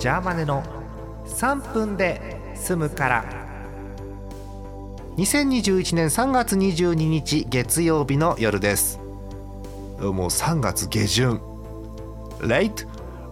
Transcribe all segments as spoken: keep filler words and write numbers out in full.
ジャーマネのさんぷんで済むから。にせんにじゅういちねんさんがつにじゅうににち月曜日の夜です。もうさんがつ下旬、 Late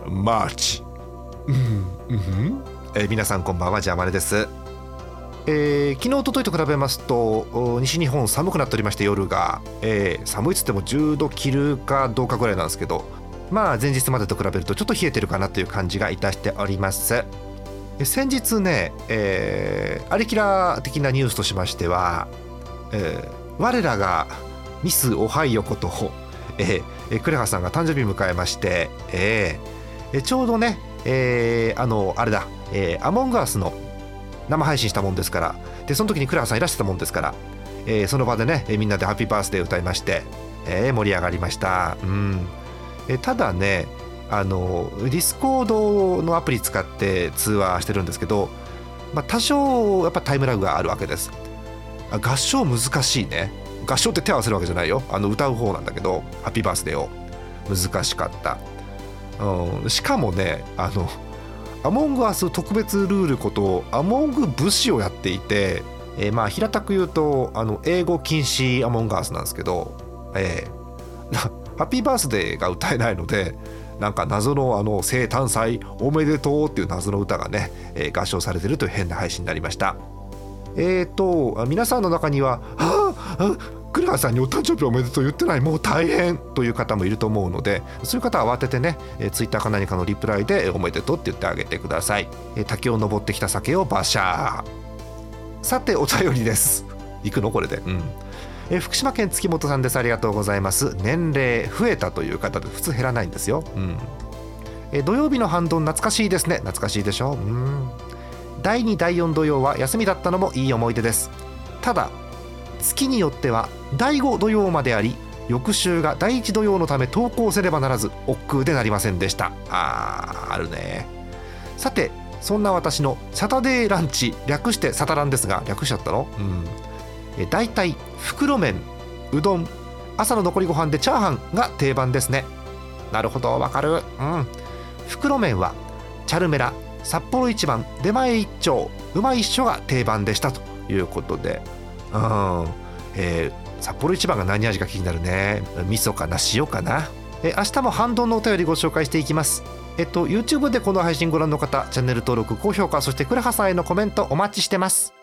March、うんうんえー、皆さんこんばんは、ジャーマネです。えー、昨日おとといと比べますと西日本寒くなっておりまして、夜が、えー、寒いっつってもじゅうど切るかどうかぐらいなんですけど、まあ前日までと比べるとちょっと冷えてるかなという感じがいたしております。先日ね、えー、アリキラ的なニュースとしましては、えー、我らがミスオハイオこと、えー、クレハさんが誕生日迎えまして、えー、ちょうどね、えー、あのあれだ、えー、アモングアスの生配信したもんですから、でその時にクレハさんいらしてたもんですから、えー、その場でねみんなでハッピーバースデー歌いまして、えー、盛り上がりました。うんえー、ただね、あのディスコードのアプリ使って通話してるんですけど、まあ、多少やっぱタイムラグがあるわけです。合唱難しいね。合唱って手を合わせるわけじゃないよ、あの歌う方なんだけど、ハッピーバースデーを難しかった。うん、しかもね、あのアモングアス特別ルールことアモング武士をやっていて、えー、まあ平たく言うとあの英語禁止アモングアスなんですけど、えー、ハッピーバースデーが歌えないので、なんか謎のあの生誕祭おめでとうっていう謎の歌がね、えー、合唱されてるという変な配信になりました。えーと皆さんの中にははぁクレハさんにお誕生日おめでとう言ってない、もう大変という方もいると思うので、そういう方は慌ててね、えー、ツイッターか何かのリプライでおめでとうって言ってあげてください。えー、滝を登ってきた酒をバシャー。さてお便りです。行くのこれで、うんえー、福島県月本さんです。ありがとうございます。年齢増えたという方で、普通減らないんですよ。うんえー、土曜日の半ドン懐かしいですね。懐かしいでしょ。うんだいにだいよん土曜は休みだったのもいい思い出です。ただ月によってはだいご土曜まであり、翌週がだいいち土曜のため投稿せねばならず億劫でなりませんでした。あーあるね。さてそんな私のサタデーランチ、略してサタランですが、略しちゃったの、うん、えだいたい袋麺、うどん、朝の残りご飯でチャーハンが定番ですね。なるほど、わかる。うん、袋麺はチャルメラ、札幌一番、出前一丁、うまいっしょが定番でしたということで、うんえー、札幌一番が何味か気になるね。味噌かな、塩かな。え明日も半ドンのお便りご紹介していきます。えっと YouTube でこの配信ご覧の方、チャンネル登録、高評価、そしてクレハさんへのコメントお待ちしてます。